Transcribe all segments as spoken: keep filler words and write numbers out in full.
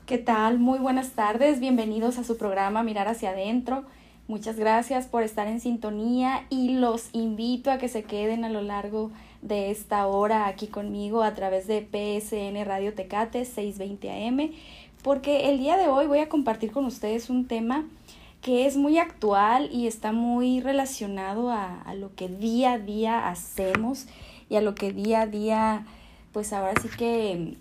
¿Qué tal? Muy buenas tardes, bienvenidos a su programa Mirar hacia adentro. Muchas gracias por estar en sintonía y los invito a que se queden a lo largo de esta hora aquí conmigo a través de P S N Radio Tecate seiscientos veinte A M, porque el día de hoy voy a compartir con ustedes un tema que es muy actual y está muy relacionado a, a lo que día a día hacemos y a lo que día a día, pues ahora sí que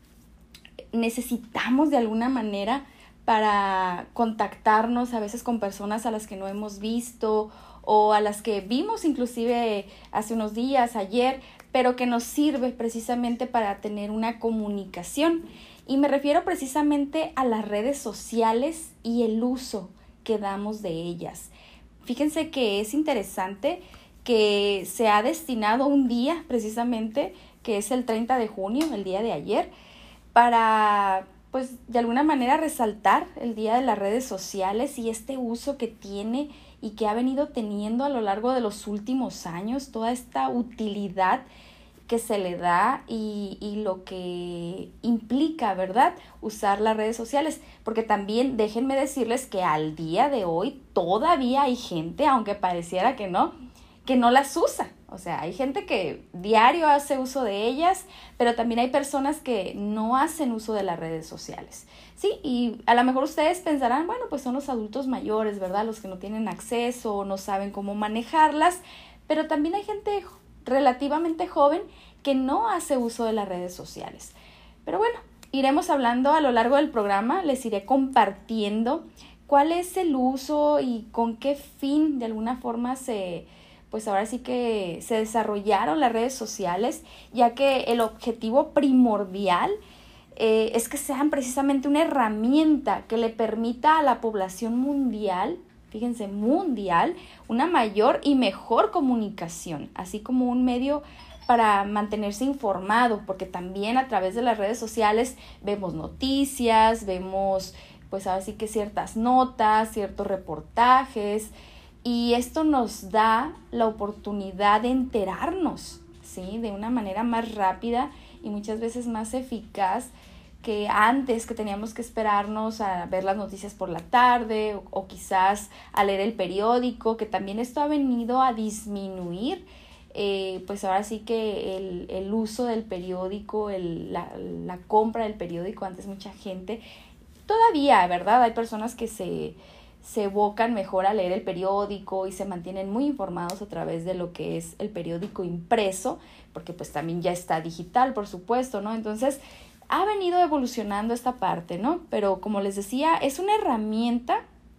necesitamos de alguna manera para contactarnos a veces con personas a las que no hemos visto o a las que vimos inclusive hace unos días, ayer, pero que nos sirve precisamente para tener una comunicación. Y me refiero precisamente a las redes sociales y el uso que damos de ellas. Fíjense que es interesante que se ha destinado un día precisamente, que es el treinta de junio, el día de ayer, para, pues, de alguna manera resaltar el día de las redes sociales y este uso que tiene y que ha venido teniendo a lo largo de los últimos años, toda esta utilidad que se le da y, y lo que implica, ¿verdad?, usar las redes sociales, porque también déjenme decirles que al día de hoy todavía hay gente, aunque pareciera que no, que no las usa. O sea, hay gente que diario hace uso de ellas, pero también hay personas que no hacen uso de las redes sociales. Sí, y a lo mejor ustedes pensarán, bueno, pues son los adultos mayores, ¿verdad?, los que no tienen acceso o no saben cómo manejarlas, pero también hay gente relativamente joven que no hace uso de las redes sociales. Pero bueno, iremos hablando a lo largo del programa, les iré compartiendo cuál es el uso y con qué fin de alguna forma se... pues ahora sí que se desarrollaron las redes sociales, ya que el objetivo primordial eh, es que sean precisamente una herramienta que le permita a la población mundial, fíjense, mundial, una mayor y mejor comunicación, así como un medio para mantenerse informado, porque también a través de las redes sociales vemos noticias, vemos pues ahora sí que ciertas notas, ciertos reportajes, y esto nos da la oportunidad de enterarnos, ¿sí?, de una manera más rápida y muchas veces más eficaz que antes, que teníamos que esperarnos a ver las noticias por la tarde o, o quizás a leer el periódico, que también esto ha venido a disminuir, eh, pues ahora sí que el, el uso del periódico, el, la, la compra del periódico. Antes mucha gente, todavía, ¿verdad?, hay personas que se... se evocan mejor a leer el periódico y se mantienen muy informados a través de lo que es el periódico impreso, porque pues también ya está digital, por supuesto, ¿no? Entonces, ha venido evolucionando esta parte, ¿no? Pero como les decía, es una herramienta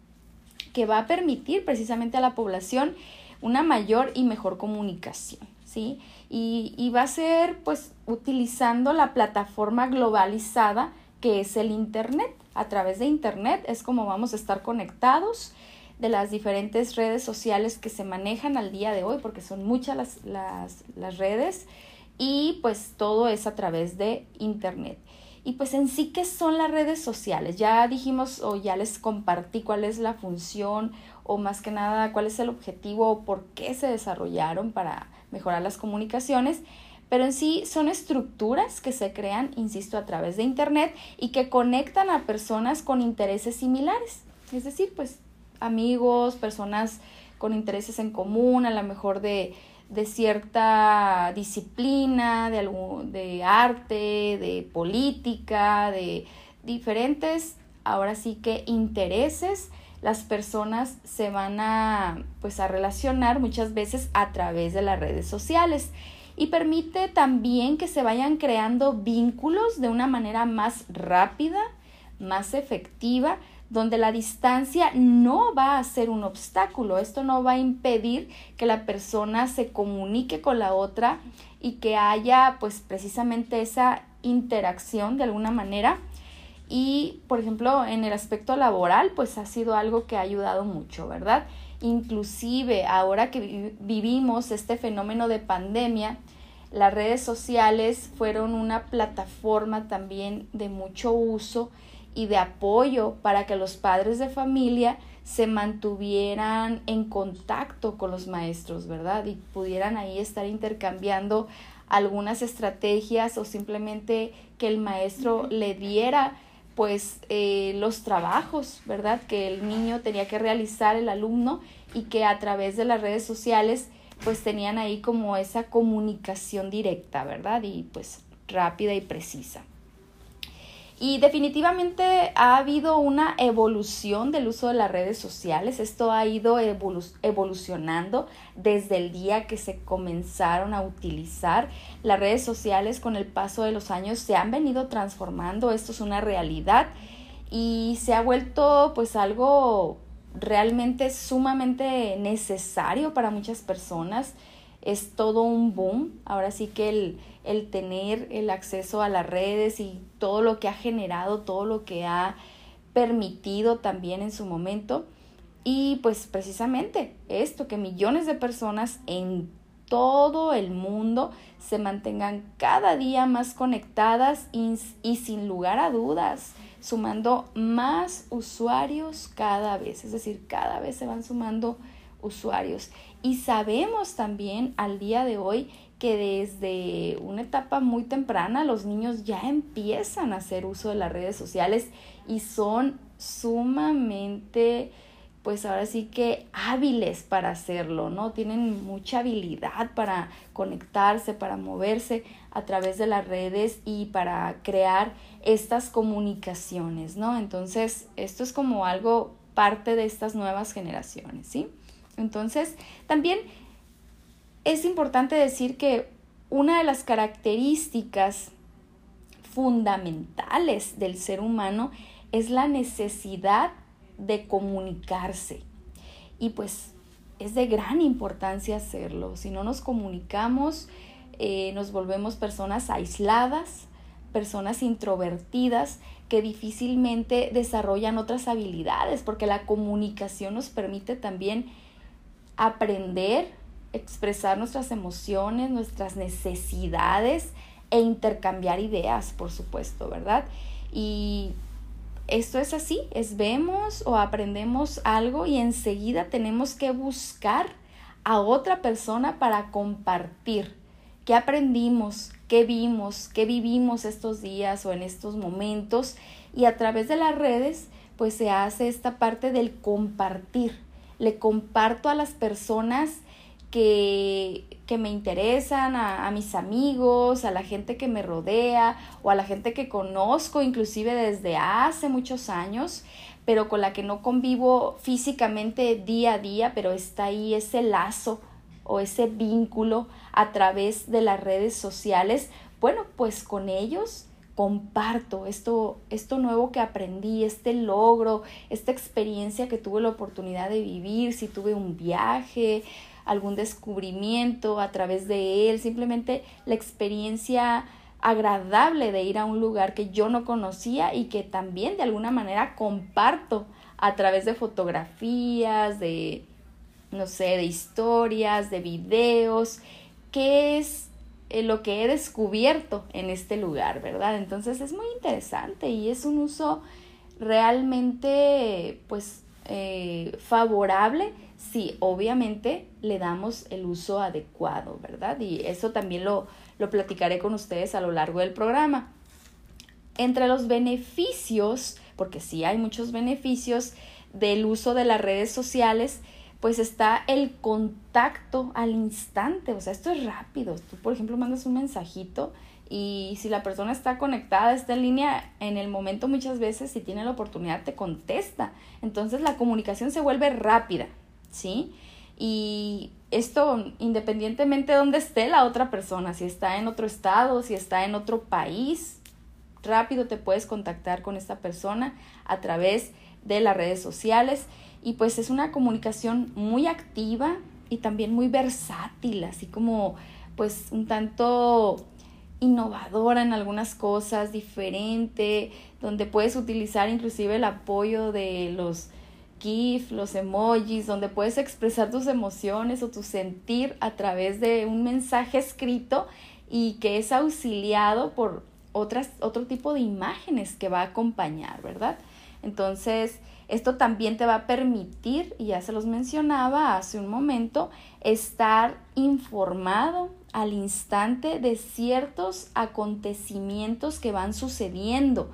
que va a permitir precisamente a la población una mayor y mejor comunicación, ¿sí? Y, y va a ser, pues, utilizando la plataforma globalizada que es el Internet. A través de Internet es como vamos a estar conectados de las diferentes redes sociales que se manejan al día de hoy, porque son muchas las, las, las redes, y pues todo es a través de Internet. Y pues en sí, ¿qué son las redes sociales? Ya dijimos o ya les compartí cuál es la función o más que nada cuál es el objetivo o por qué se desarrollaron para mejorar las comunicaciones. Pero en sí son estructuras que se crean, insisto, a través de Internet y que conectan a personas con intereses similares. Es decir, pues amigos, personas con intereses en común, a lo mejor de, de cierta disciplina, de, algún, de arte, de política, de diferentes, ahora sí que intereses. Las personas se van a, pues, a relacionar muchas veces a través de las redes sociales. Y permite también que se vayan creando vínculos de una manera más rápida, más efectiva, donde la distancia no va a ser un obstáculo. Esto no va a impedir que la persona se comunique con la otra y que haya pues precisamente esa interacción de alguna manera. Y, por ejemplo, en el aspecto laboral, pues ha sido algo que ha ayudado mucho, ¿verdad? Inclusive ahora que vi- vivimos este fenómeno de pandemia, las redes sociales fueron una plataforma también de mucho uso y de apoyo para que los padres de familia se mantuvieran en contacto con los maestros, ¿verdad? Y pudieran ahí estar intercambiando algunas estrategias o simplemente que el maestro le diera pues eh, los trabajos, ¿verdad? Que el niño tenía que realizar, el alumno, y que a través de las redes sociales pues tenían ahí como esa comunicación directa, ¿verdad? Y pues rápida y precisa. Y definitivamente ha habido una evolución del uso de las redes sociales. Esto ha ido evolu- evolucionando desde el día que se comenzaron a utilizar. Las redes sociales con el paso de los años se han venido transformando. Esto es una realidad y se ha vuelto pues algo realmente sumamente necesario para muchas personas. Es todo un boom. Ahora sí que el, el tener el acceso a las redes y todo lo que ha generado, todo lo que ha permitido también en su momento. Y pues precisamente esto, que millones de personas en todo el mundo se mantengan cada día más conectadas y, y sin lugar a dudas, sumando más usuarios cada vez. Es decir, cada vez se van sumando usuarios. Y sabemos también al día de hoy que desde una etapa muy temprana los niños ya empiezan a hacer uso de las redes sociales y son sumamente, pues ahora sí que hábiles para hacerlo, ¿no? Tienen mucha habilidad para conectarse, para moverse a través de las redes y para crear estas comunicaciones, ¿no? Entonces, esto es como algo parte de estas nuevas generaciones, ¿sí? Entonces, también es importante decir que una de las características fundamentales del ser humano es la necesidad de comunicarse. Y pues es de gran importancia hacerlo. Si no nos comunicamos, eh, nos volvemos personas aisladas, personas introvertidas que difícilmente desarrollan otras habilidades, porque la comunicación nos permite también aprender, expresar nuestras emociones, nuestras necesidades e intercambiar ideas, por supuesto, ¿verdad? Y esto es así, es vemos o aprendemos algo y enseguida tenemos que buscar a otra persona para compartir qué aprendimos, qué vimos, qué vivimos estos días o en estos momentos, y a través de las redes pues se hace esta parte del compartir. Le comparto a las personas que, que me interesan, a, a mis amigos, a la gente que me rodea o a la gente que conozco inclusive desde hace muchos años, pero con la que no convivo físicamente día a día, pero está ahí ese lazo o ese vínculo a través de las redes sociales. Bueno, pues con ellos comparto esto, esto nuevo que aprendí, este logro, esta experiencia que tuve la oportunidad de vivir, si tuve un viaje, algún descubrimiento a través de él, simplemente la experiencia agradable de ir a un lugar que yo no conocía y que también de alguna manera comparto a través de fotografías, de, no sé, de historias, de videos, qué es lo que he descubierto en este lugar, ¿verdad? Entonces es muy interesante y es un uso realmente, pues, eh, favorable si obviamente le damos el uso adecuado, ¿verdad? Y eso también lo, lo platicaré con ustedes a lo largo del programa. Entre los beneficios, porque sí hay muchos beneficios del uso de las redes sociales, pues está el contacto al instante. O sea, esto es rápido. Tú, por ejemplo, mandas un mensajito y si la persona está conectada, está en línea, en el momento muchas veces, si tiene la oportunidad, te contesta. Entonces la comunicación se vuelve rápida, ¿sí? Y esto independientemente de dónde esté la otra persona, si está en otro estado, si está en otro país, rápido te puedes contactar con esta persona a través de las redes sociales. Y pues es una comunicación muy activa y también muy versátil, así como pues un tanto innovadora en algunas cosas, diferente, donde puedes utilizar inclusive el apoyo de los GIF, los emojis, donde puedes expresar tus emociones o tu sentir a través de un mensaje escrito y que es auxiliado por otras, otro tipo de imágenes que va a acompañar, ¿verdad? Entonces, esto también te va a permitir, y ya se los mencionaba hace un momento, estar informado al instante de ciertos acontecimientos que van sucediendo,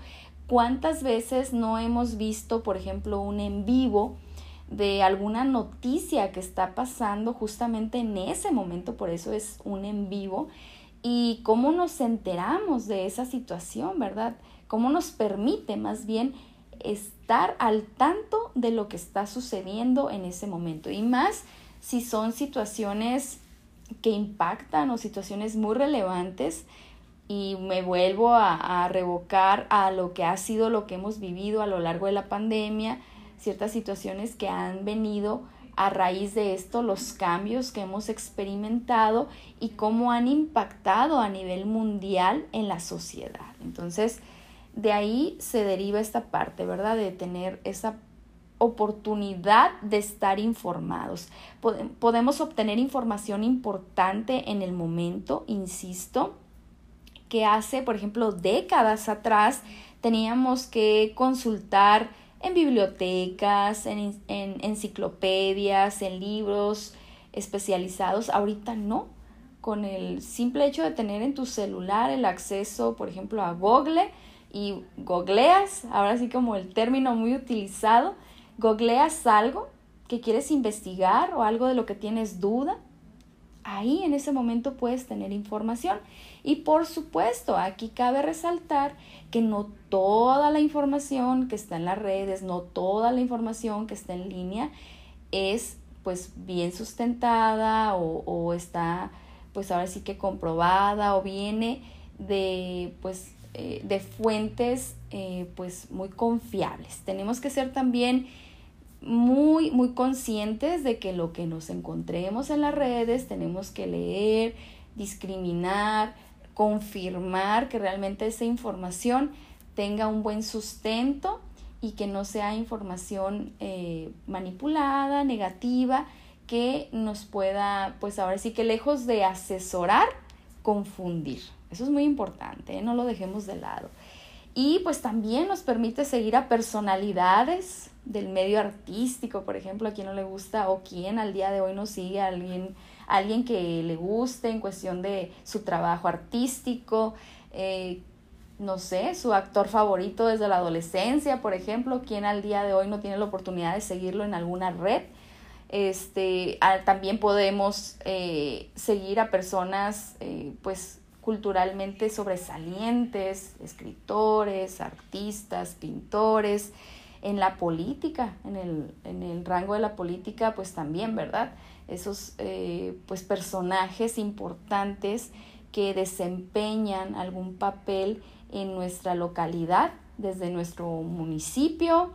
¿Cuántas veces no hemos visto, por ejemplo, un en vivo de alguna noticia que está pasando justamente en ese momento? Por eso es un en vivo. Y cómo nos enteramos de esa situación, ¿verdad? Cómo nos permite más bien estar al tanto de lo que está sucediendo en ese momento. Y más si son situaciones que impactan o situaciones muy relevantes. Y me vuelvo a, a revocar a lo que ha sido lo que hemos vivido a lo largo de la pandemia, ciertas situaciones que han venido a raíz de esto, los cambios que hemos experimentado y cómo han impactado a nivel mundial en la sociedad. Entonces, de ahí se deriva esta parte, ¿verdad? De tener esa oportunidad de estar informados. Podemos obtener información importante en el momento, insisto, que hace, por ejemplo, décadas atrás teníamos que consultar en bibliotecas, en, en enciclopedias, en libros especializados. Ahorita no. Con el simple hecho de tener en tu celular el acceso, por ejemplo, a Google, y googleas, ahora sí como el término muy utilizado, googleas algo que quieres investigar o algo de lo que tienes duda, ahí en ese momento puedes tener información. Y por supuesto, aquí cabe resaltar que no toda la información que está en las redes, no toda la información que está en línea es pues bien sustentada o, o está pues ahora sí que comprobada o viene de pues eh, de fuentes eh, pues muy confiables. Tenemos que ser también muy, muy conscientes de que lo que nos encontremos en las redes tenemos que leer, discriminar, confirmar que realmente esa información tenga un buen sustento y que no sea información eh, manipulada, negativa, que nos pueda, pues ahora sí que lejos de asesorar, confundir. Eso es muy importante, ¿eh? No lo dejemos de lado. Y pues también nos permite seguir a personalidades del medio artístico, por ejemplo, a quien no le gusta o quien al día de hoy no sigue a alguien, a alguien que le guste en cuestión de su trabajo artístico, eh, no sé, su actor favorito desde la adolescencia, por ejemplo, quien al día de hoy no tiene la oportunidad de seguirlo en alguna red. Este, a, también podemos eh, seguir a personas eh, pues culturalmente sobresalientes, escritores, artistas, pintores, en la política, en el, en el rango de la política, pues también, ¿verdad? Esos eh, pues personajes importantes que desempeñan algún papel en nuestra localidad, desde nuestro municipio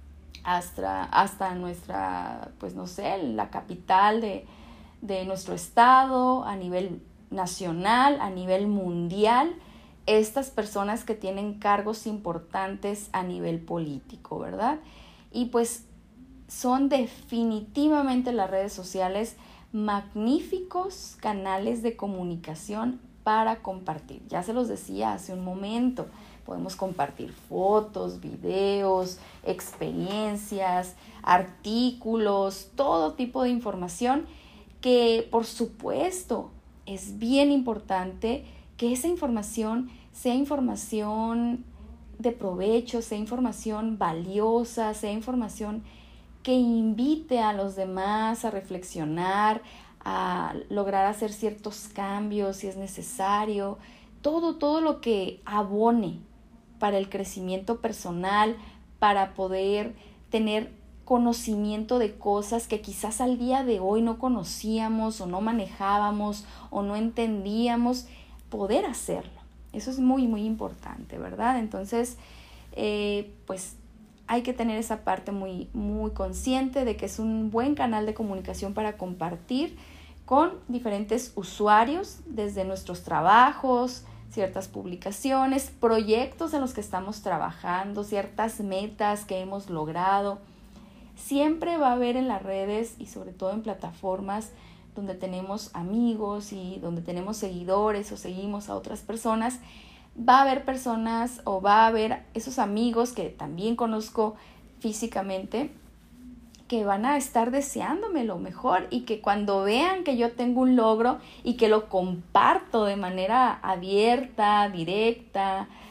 hasta, hasta nuestra, pues no sé, la capital de, de nuestro estado, a nivel nacional, a nivel mundial, estas personas que tienen cargos importantes a nivel político, ¿verdad? Y pues son definitivamente las redes sociales magníficos canales de comunicación para compartir. Ya se los decía hace un momento, podemos compartir fotos, videos, experiencias, artículos, todo tipo de información que, por supuesto, es bien importante que esa información sea información de provecho, sea información valiosa, sea información que invite a los demás a reflexionar, a lograr hacer ciertos cambios si es necesario, todo, todo lo que abone para el crecimiento personal, para poder tener conocimiento de cosas que quizás al día de hoy no conocíamos o no manejábamos o no entendíamos, poder hacerlo. Eso es muy, muy importante, ¿verdad? Entonces, eh, pues hay que tener esa parte muy, muy consciente de que es un buen canal de comunicación para compartir con diferentes usuarios, desde nuestros trabajos, ciertas publicaciones, proyectos en los que estamos trabajando, ciertas metas que hemos logrado. Siempre va a haber en las redes y sobre todo en plataformas donde tenemos amigos y donde tenemos seguidores o seguimos a otras personas, va a haber personas o va a haber esos amigos que también conozco físicamente que van a estar deseándome lo mejor y que cuando vean que yo tengo un logro y que lo comparto de manera abierta, directa,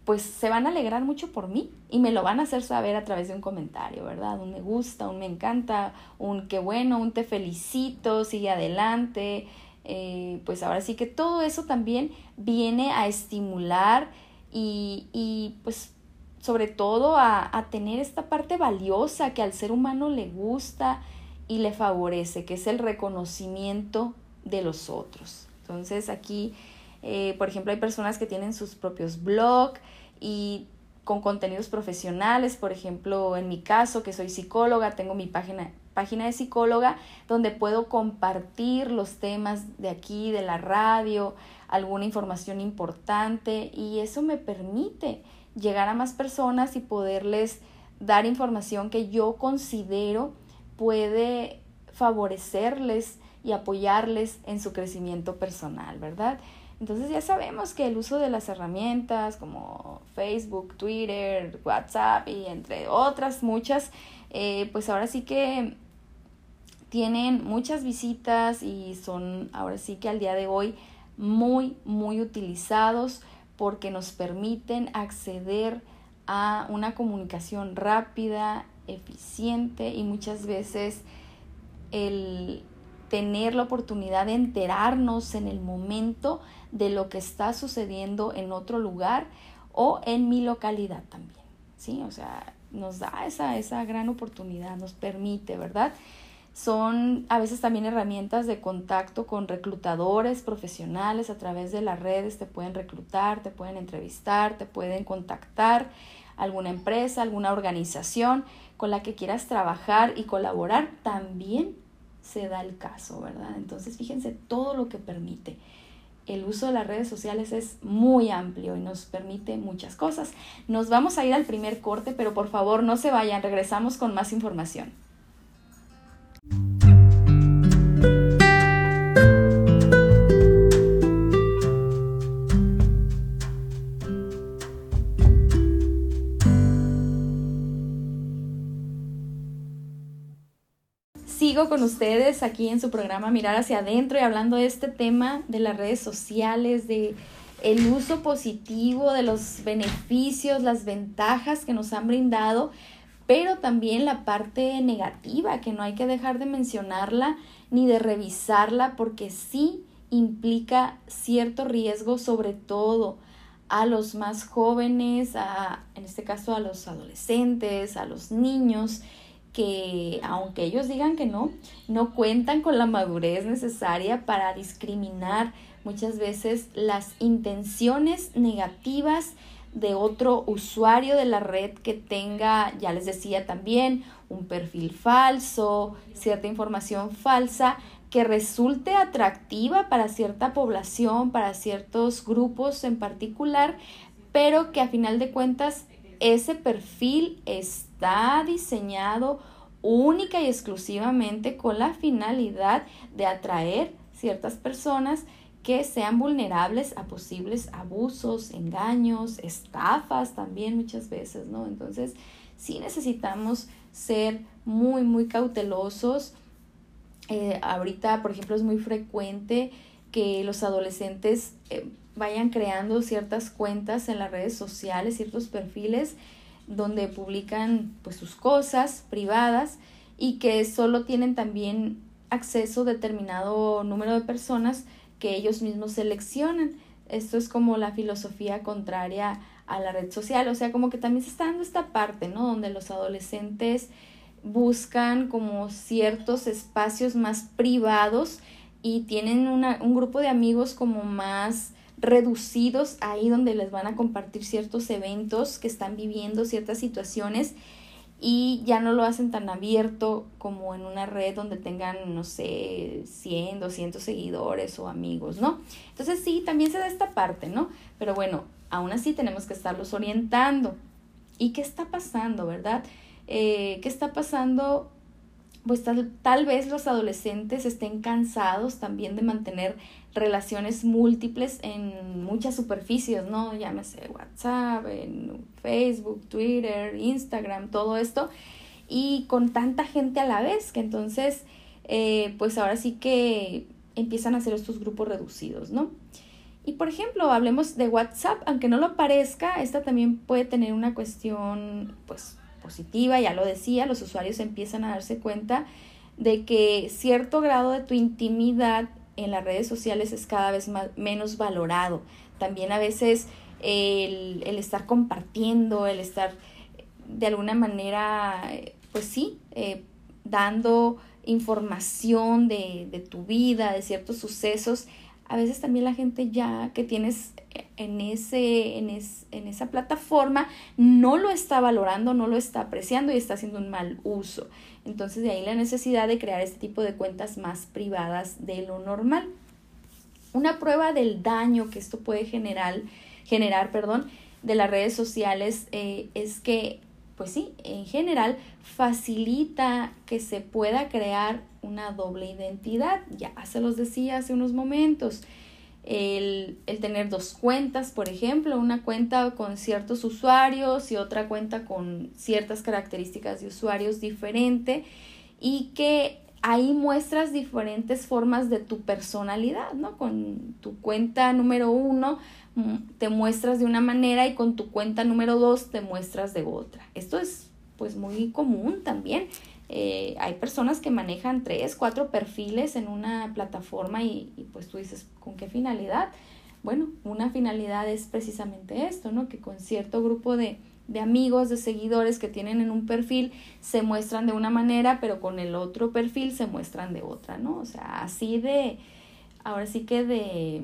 pues se van a alegrar mucho por mí y me lo van a hacer saber a través de un comentario, ¿verdad? Un me gusta, un me encanta, un qué bueno, un te felicito, sigue adelante. Eh, pues ahora sí que todo eso también viene a estimular y, y pues sobre todo a, a tener esta parte valiosa que al ser humano le gusta y le favorece, que es el reconocimiento de los otros. Entonces aquí, eh, por ejemplo, hay personas que tienen sus propios blogs y con contenidos profesionales. Por ejemplo, en mi caso, que soy psicóloga, tengo mi página, página de psicóloga donde puedo compartir los temas de aquí, de la radio, alguna información importante, y eso me permite llegar a más personas y poderles dar información que yo considero puede favorecerles y apoyarles en su crecimiento personal, ¿verdad? Entonces ya sabemos que el uso de las herramientas como Facebook, Twitter, WhatsApp y entre otras muchas, eh, pues ahora sí que tienen muchas visitas y son ahora sí que al día de hoy muy, muy utilizados porque nos permiten acceder a una comunicación rápida, eficiente y muchas veces el tener la oportunidad de enterarnos en el momento de lo que está sucediendo en otro lugar o en mi localidad también, ¿sí? O sea, nos da esa, esa gran oportunidad, nos permite, ¿verdad? Son a veces también herramientas de contacto con reclutadores profesionales a través de las redes, te pueden reclutar, te pueden entrevistar, te pueden contactar alguna empresa, alguna organización con la que quieras trabajar y colaborar, también se da el caso, ¿verdad? Entonces, fíjense todo lo que permite. El uso de las redes sociales es muy amplio y nos permite muchas cosas. Nos vamos a ir al primer corte, pero por favor no se vayan, regresamos con más información. Sigo con ustedes aquí en su programa Mirar hacia adentro y hablando de este tema de las redes sociales, de el uso positivo, de los beneficios, las ventajas que nos han brindado, pero también la parte negativa, que no hay que dejar de mencionarla ni de revisarla porque sí implica cierto riesgo, sobre todo a los más jóvenes, a, en este caso a los adolescentes, a los niños, que aunque ellos digan que no, no cuentan con la madurez necesaria para discriminar muchas veces las intenciones negativas de otro usuario de la red que tenga, ya les decía también, un perfil falso, cierta información falsa que resulte atractiva para cierta población, para ciertos grupos en particular, pero que a final de cuentas ese perfil está diseñado única y exclusivamente con la finalidad de atraer ciertas personas que sean vulnerables a posibles abusos, engaños, estafas también muchas veces, ¿no? Entonces, sí necesitamos ser muy, muy cautelosos. Eh, ahorita, por ejemplo, es muy frecuente que los adolescentes eh, vayan creando ciertas cuentas en las redes sociales, ciertos perfiles donde publican pues sus cosas privadas y que solo tienen también acceso a determinado número de personas que ellos mismos seleccionan. Esto es como la filosofía contraria a la red social, o sea, como que también se está dando esta parte, ¿no? Donde los adolescentes buscan como ciertos espacios más privados y tienen una, un grupo de amigos como más reducidos ahí donde les van a compartir ciertos eventos que están viviendo, ciertas situaciones, y ya no lo hacen tan abierto como en una red donde tengan, no sé, cien, doscientos seguidores o amigos, ¿no? Entonces sí, también se da esta parte, ¿no? Pero bueno, aún así tenemos que estarlos orientando. ¿Y qué está pasando, verdad? Eh, ¿qué está pasando? Pues tal, tal vez los adolescentes estén cansados también de mantener relaciones múltiples en muchas superficies, ¿no? Llámese WhatsApp, en Facebook, Twitter, Instagram, todo esto, y con tanta gente a la vez, que entonces, eh, pues ahora sí que empiezan a hacer estos grupos reducidos, ¿no? Y por ejemplo, hablemos de WhatsApp, aunque no lo parezca, esta también puede tener una cuestión pues positiva, ya lo decía, los usuarios empiezan a darse cuenta de que cierto grado de tu intimidad en las redes sociales es cada vez más, menos valorado. También a veces el, el estar compartiendo, el estar de alguna manera, pues sí, eh, dando información de, de tu vida, de ciertos sucesos, a veces también la gente ya que tienes en, ese, en, es, en esa plataforma no lo está valorando, no lo está apreciando y está haciendo un mal uso. Entonces de ahí la necesidad de crear este tipo de cuentas más privadas de lo normal. Una prueba del daño que esto puede generar, generar perdón, de las redes sociales eh, es que, pues sí, en general facilita que se pueda crear una doble identidad. Ya se los decía hace unos momentos. El, el tener dos cuentas, por ejemplo, una cuenta con ciertos usuarios y otra cuenta con ciertas características de usuarios diferente, y que ahí muestras diferentes formas de tu personalidad, ¿no? Con tu cuenta número uno te muestras de una manera y con tu cuenta número dos te muestras de otra. Esto es pues muy común también. Eh, hay personas que manejan tres, cuatro perfiles en una plataforma y, y pues tú dices, ¿con qué finalidad? Bueno, una finalidad es precisamente esto, ¿no? Que con cierto grupo de, de amigos, de seguidores que tienen en un perfil se muestran de una manera, pero con el otro perfil se muestran de otra, ¿no? O sea, así de, ahora sí que de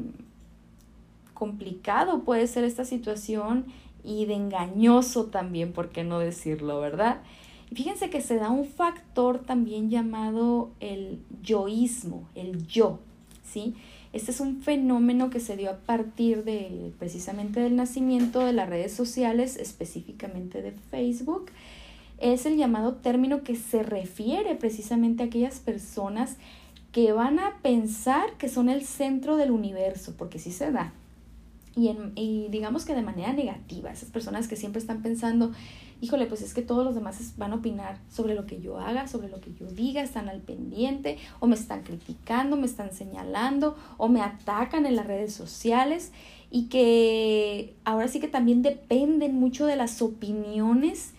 complicado puede ser esta situación y de engañoso también, ¿por qué no decirlo, verdad? Fíjense que se da un factor también llamado el yoísmo, el yo, ¿sí? Este es un fenómeno que se dio a partir de precisamente del nacimiento de las redes sociales, específicamente de Facebook. Es el llamado término que se refiere precisamente a aquellas personas que van a pensar que son el centro del universo, porque sí se da. Y, en, y digamos que de manera negativa, esas personas que siempre están pensando, híjole, pues es que todos los demás van a opinar sobre lo que yo haga, sobre lo que yo diga, están al pendiente, o me están criticando, me están señalando, o me atacan en las redes sociales, y que ahora sí que también dependen mucho de las opiniones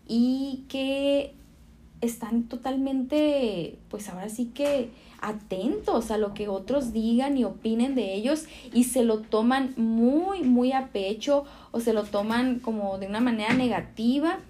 y que están totalmente, pues ahora sí que atentos a lo que otros digan y opinen de ellos, y se lo toman muy, muy a pecho, o se lo toman como de una manera negativa,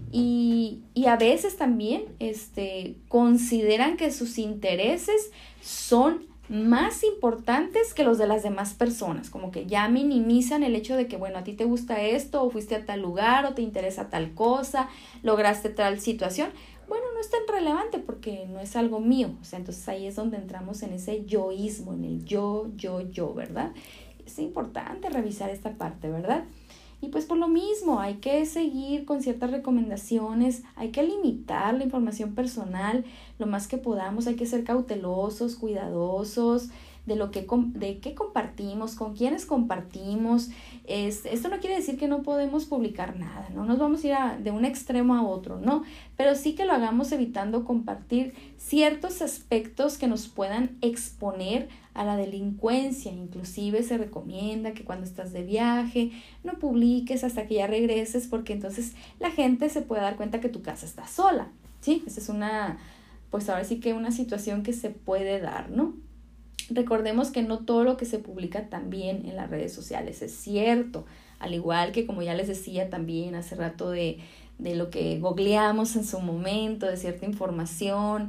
y, y a veces también este, consideran que sus intereses son más importantes que los de las demás personas, como que ya minimizan el hecho de que, bueno, a ti te gusta esto, o fuiste a tal lugar, o te interesa tal cosa, lograste tal situación. Bueno, no es tan relevante porque no es algo mío. O sea, entonces ahí es donde entramos en ese yoísmo, en el yo, yo, yo, ¿verdad? Es importante revisar esta parte, ¿verdad? Y pues por lo mismo hay que seguir con ciertas recomendaciones, hay que limitar la información personal lo más que podamos, hay que ser cautelosos, cuidadosos de lo que de qué compartimos, con quiénes compartimos. Es, esto no quiere decir que no podemos publicar nada, no nos vamos a ir a, de un extremo a otro, no, pero sí que lo hagamos evitando compartir ciertos aspectos que nos puedan exponer a la delincuencia. Inclusive se recomienda que cuando estás de viaje no publiques hasta que ya regreses, porque entonces la gente se puede dar cuenta que tu casa está sola, ¿sí? Esa es una, pues ahora sí que una situación que se puede dar, ¿no? Recordemos que no todo lo que se publica también en las redes sociales es cierto, al igual que, como ya les decía también hace rato, de, de lo que googleamos en su momento, de cierta información,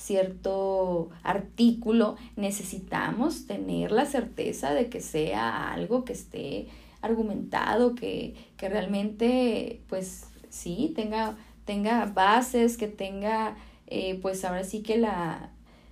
cierto artículo, necesitamos tener la certeza de que sea algo que esté argumentado, que, que realmente, pues sí, tenga, tenga bases, que tenga, eh, pues ahora sí que la...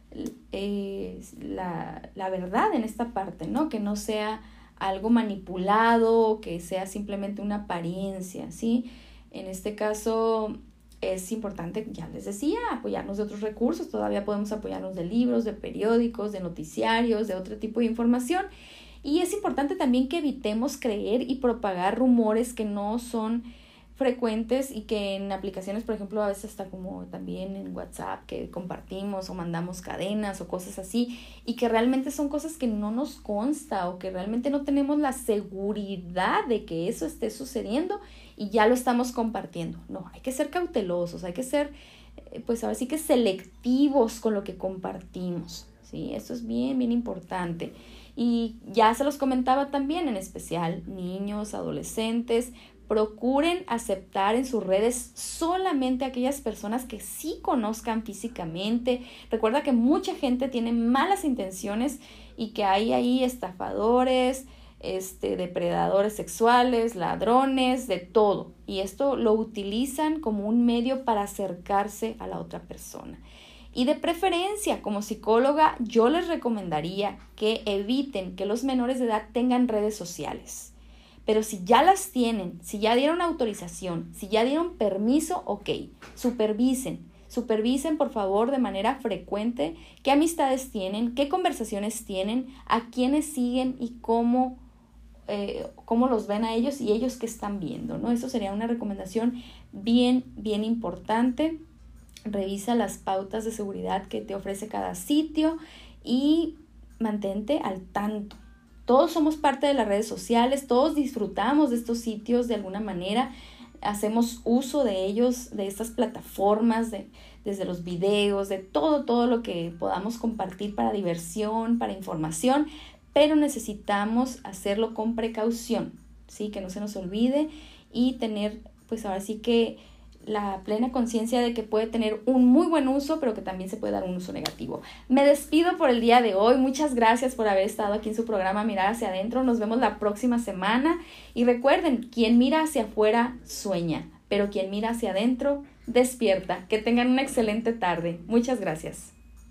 Eh, la, la verdad en esta parte, ¿no? Que no sea algo manipulado, que sea simplemente una apariencia, ¿sí? En este caso es importante, ya les decía, apoyarnos de otros recursos. Todavía podemos apoyarnos de libros, de periódicos, de noticiarios, de otro tipo de información. Y es importante también que evitemos creer y propagar rumores que no son frecuentes y que en aplicaciones, por ejemplo, a veces está como también en WhatsApp, que compartimos o mandamos cadenas o cosas así, y que realmente son cosas que no nos consta o que realmente no tenemos la seguridad de que eso esté sucediendo y ya lo estamos compartiendo. No, hay que ser cautelosos, hay que ser, pues ahora sí que selectivos con lo que compartimos, ¿sí? Esto es bien, bien importante. Y ya se los comentaba también, en especial niños, adolescentes, procuren aceptar en sus redes solamente aquellas personas que sí conozcan físicamente. Recuerda que mucha gente tiene malas intenciones y que hay ahí estafadores, este, depredadores sexuales, ladrones, de todo. Y esto lo utilizan como un medio para acercarse a la otra persona. Y de preferencia, como psicóloga, yo les recomendaría que eviten que los menores de edad tengan redes sociales. Pero si ya las tienen, si ya dieron autorización, si ya dieron permiso, ok, supervisen. Supervisen, por favor, de manera frecuente qué amistades tienen, qué conversaciones tienen, a quiénes siguen y cómo, eh, cómo los ven a ellos y ellos qué están viendo, ¿no? Eso sería una recomendación bien, bien importante. Revisa las pautas de seguridad que te ofrece cada sitio y mantente al tanto. Todos somos parte de las redes sociales, todos disfrutamos de estos sitios de alguna manera, hacemos uso de ellos, de estas plataformas, de, desde los videos, de todo, todo lo que podamos compartir para diversión, para información, pero necesitamos hacerlo con precaución, ¿sí? Que no se nos olvide y tener, pues ahora sí que la plena conciencia de que puede tener un muy buen uso, pero que también se puede dar un uso negativo. Me despido por el día de hoy. Muchas gracias por haber estado aquí en su programa Mirar hacia adentro. Nos vemos la próxima semana. Y recuerden, quien mira hacia afuera sueña, pero quien mira hacia adentro despierta. Que tengan una excelente tarde. Muchas gracias.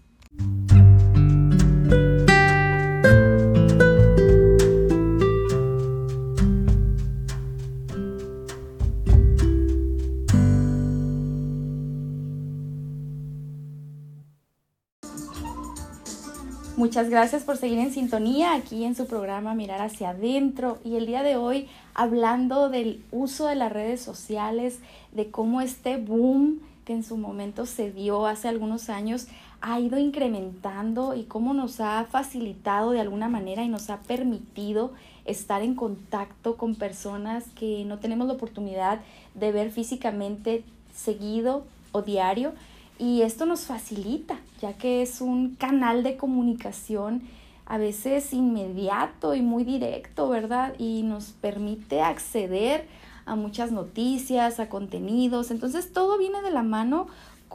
Muchas gracias por seguir en sintonía aquí en su programa Mirar hacia adentro, y el día de hoy hablando del uso de las redes sociales, de cómo este boom que en su momento se dio hace algunos años ha ido incrementando y cómo nos ha facilitado de alguna manera y nos ha permitido estar en contacto con personas que no tenemos la oportunidad de ver físicamente seguido o diario. Y esto nos facilita, ya que es un canal de comunicación a veces inmediato y muy directo, ¿verdad? Y nos permite acceder a muchas noticias, a contenidos. Entonces todo viene de la mano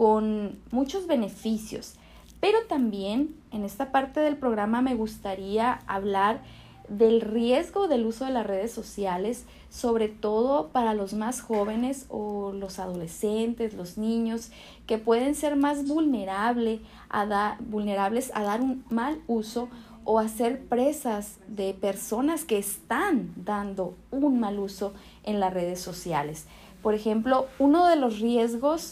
con muchos beneficios. Pero también en esta parte del programa me gustaría hablar del riesgo del uso de las redes sociales, sobre todo para los más jóvenes o los adolescentes, los niños, que pueden ser más vulnerable a da- vulnerables a dar un mal uso o a ser presas de personas que están dando un mal uso en las redes sociales. Por ejemplo, uno de los riesgos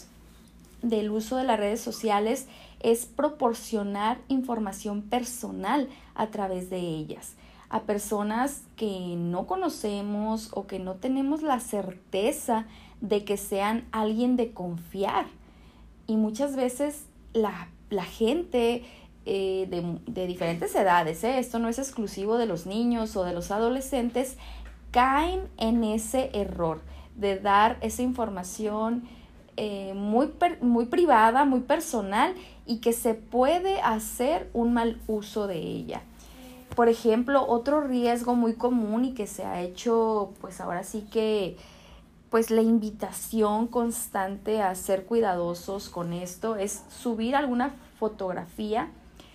del uso de las redes sociales es proporcionar información personal a través de ellas a personas que no conocemos o que no tenemos la certeza de que sean alguien de confiar. Y muchas veces la, la gente eh, de, de diferentes edades, ¿eh? Esto no es exclusivo de los niños o de los adolescentes, caen en ese error de dar esa información eh, muy, per, muy privada, muy personal, y que se puede hacer un mal uso de ella. Por ejemplo, otro riesgo muy común y que se ha hecho, pues ahora sí que, pues la invitación constante a ser cuidadosos con esto es subir alguna fotografía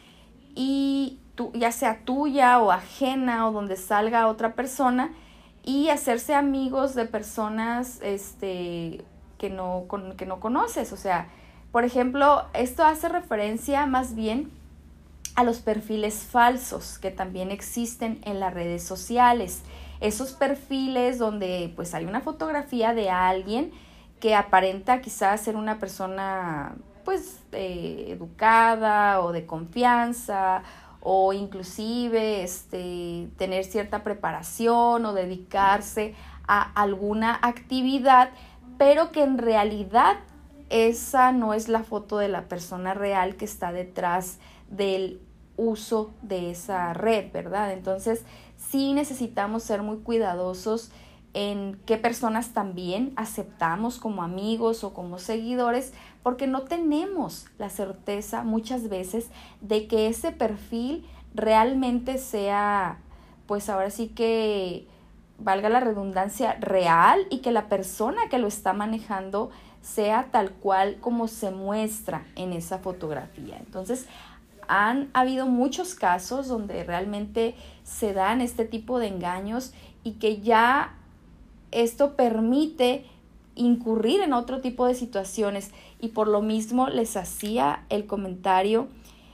y tu, ya sea tuya o ajena o donde salga otra persona, y hacerse amigos de personas este, que no, con, que no conoces. O sea, por ejemplo, esto hace referencia más bien a los perfiles falsos que también existen en las redes sociales. Esos perfiles donde pues hay una fotografía de alguien que aparenta quizás ser una persona pues eh, educada o de confianza, o inclusive este, tener cierta preparación o dedicarse a alguna actividad, pero que en realidad esa no es la foto de la persona real que está detrás del uso de esa red, ¿verdad? Entonces, sí necesitamos ser muy cuidadosos en qué personas también aceptamos como amigos o como seguidores, porque no tenemos la certeza muchas veces de que ese perfil realmente sea, pues ahora sí que valga la redundancia, real, y que la persona que lo está manejando sea tal cual como se muestra en esa fotografía. Entonces, han habido muchos casos donde realmente se dan este tipo de engaños y que ya esto permite incurrir en otro tipo de situaciones, y por lo mismo les hacía el comentario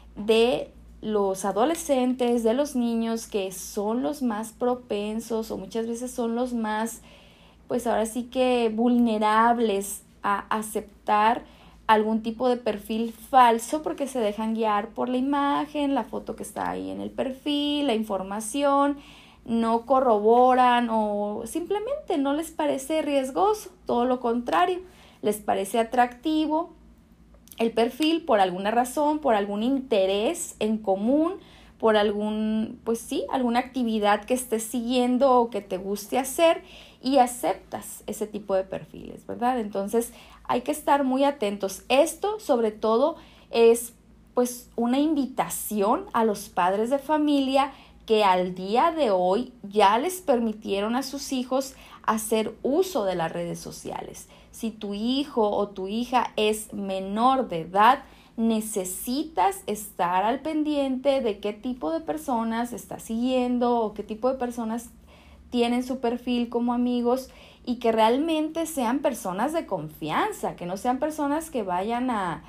de los adolescentes, de los niños, que son los más propensos o muchas veces son los más, pues ahora sí que vulnerables a aceptar algún tipo de perfil falso, porque se dejan guiar por la imagen, la foto que está ahí en el perfil, la información, no corroboran o simplemente no les parece riesgoso, todo lo contrario, les parece atractivo el perfil por alguna razón, por algún interés en común, por algún, pues sí, alguna actividad que estés siguiendo o que te guste hacer, y aceptas ese tipo de perfiles, ¿verdad? Entonces hay que estar muy atentos. Esto sobre todo es pues una invitación a los padres de familia que al día de hoy ya les permitieron a sus hijos hacer uso de las redes sociales. Si tu hijo o tu hija es menor de edad, necesitas estar al pendiente de qué tipo de personas está siguiendo o qué tipo de personas tienen su perfil como amigos, y que realmente sean personas de confianza, que no sean personas que vayan a,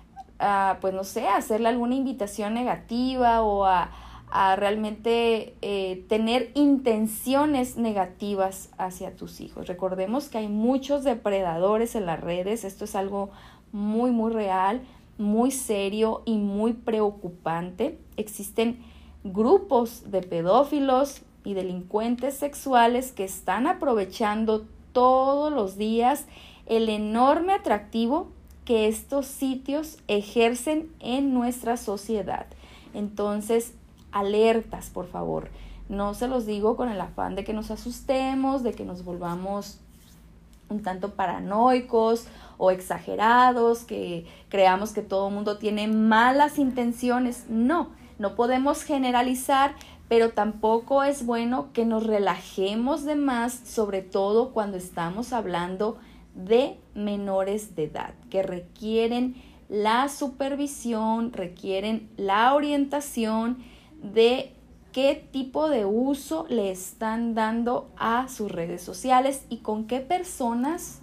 a pues no sé, a hacerle alguna invitación negativa o a, a realmente eh, tener intenciones negativas hacia tus hijos. Recordemos que hay muchos depredadores en las redes. Esto es algo muy, muy real, muy serio y muy preocupante. Existen grupos de pedófilos y delincuentes sexuales que están aprovechando todos los días el enorme atractivo que estos sitios ejercen en nuestra sociedad. Entonces, alertas, por favor. No se los digo con el afán de que nos asustemos, de que nos volvamos un tanto paranoicos o exagerados, que creamos que todo el mundo tiene malas intenciones. No, no podemos generalizar, pero tampoco es bueno que nos relajemos de más, sobre todo cuando estamos hablando de menores de edad, que requieren la supervisión, requieren la orientación de qué tipo de uso le están dando a sus redes sociales y con qué personas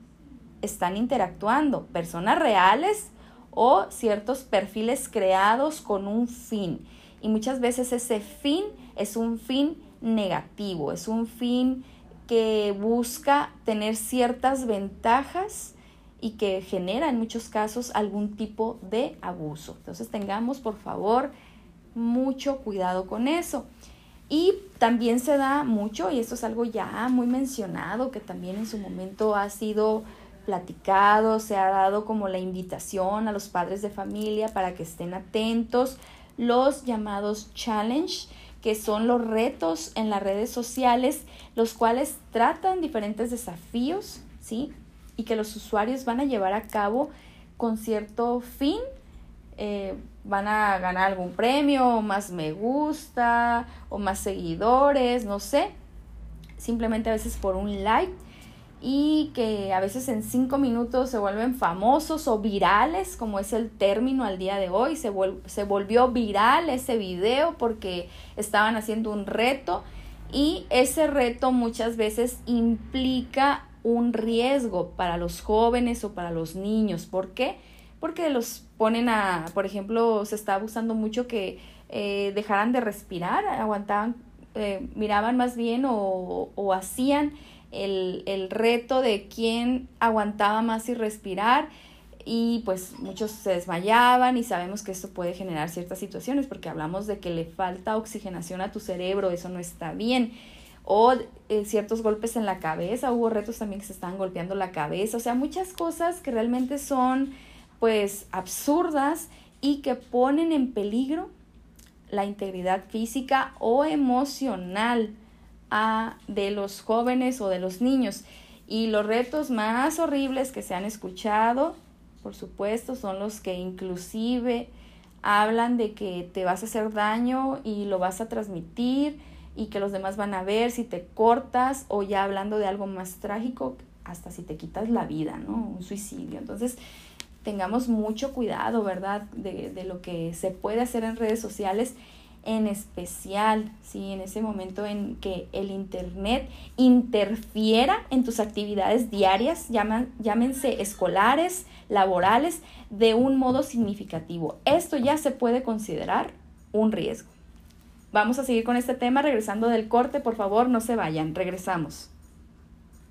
están interactuando, personas reales o ciertos perfiles creados con un fin. Y muchas veces ese fin es un fin negativo, es un fin que busca tener ciertas ventajas y que genera en muchos casos algún tipo de abuso. Entonces tengamos, por favor, mucho cuidado con eso. Y también se da mucho, y esto es algo ya muy mencionado, que también en su momento ha sido platicado, se ha dado como la invitación a los padres de familia para que estén atentos, los llamados challenge, que son los retos en las redes sociales, los cuales tratan diferentes desafíos, ¿sí? Y que los usuarios van a llevar a cabo con cierto fin. Eh, van a ganar algún premio, más me gusta, o más seguidores, no sé, simplemente a veces por un like, y que a veces en cinco minutos se vuelven famosos o virales, como es el término al día de hoy. Se, vol- se volvió viral ese video porque estaban haciendo un reto, y ese reto muchas veces implica un riesgo para los jóvenes o para los niños. ¿Por qué? Porque los ponen a, por ejemplo, se está abusando mucho que eh, dejaran de respirar, aguantaban, eh, miraban más bien o, o hacían el, el reto de quién aguantaba más y respirar, y pues muchos se desmayaban, y sabemos que esto puede generar ciertas situaciones porque hablamos de que le falta oxigenación a tu cerebro, eso no está bien. o eh, ciertos golpes en la cabeza. Hubo retos también que se estaban golpeando la cabeza. O sea, muchas cosas que realmente son pues absurdas y que ponen en peligro la integridad física o emocional a, de los jóvenes o de los niños. Y los retos más horribles que se han escuchado, por supuesto, son los que inclusive hablan de que te vas a hacer daño y lo vas a transmitir y que los demás van a ver si te cortas, o ya hablando de algo más trágico, hasta si te quitas la vida, ¿no? Un suicidio. Entonces, tengamos mucho cuidado, ¿verdad? De, de lo que se puede hacer en redes sociales, en especial, ¿sí? En ese momento en que el internet interfiera en tus actividades diarias, llaman, llámense escolares, laborales, de un modo significativo. Esto ya se puede considerar un riesgo. Vamos a seguir con este tema regresando del corte. Por favor, no se vayan. Regresamos.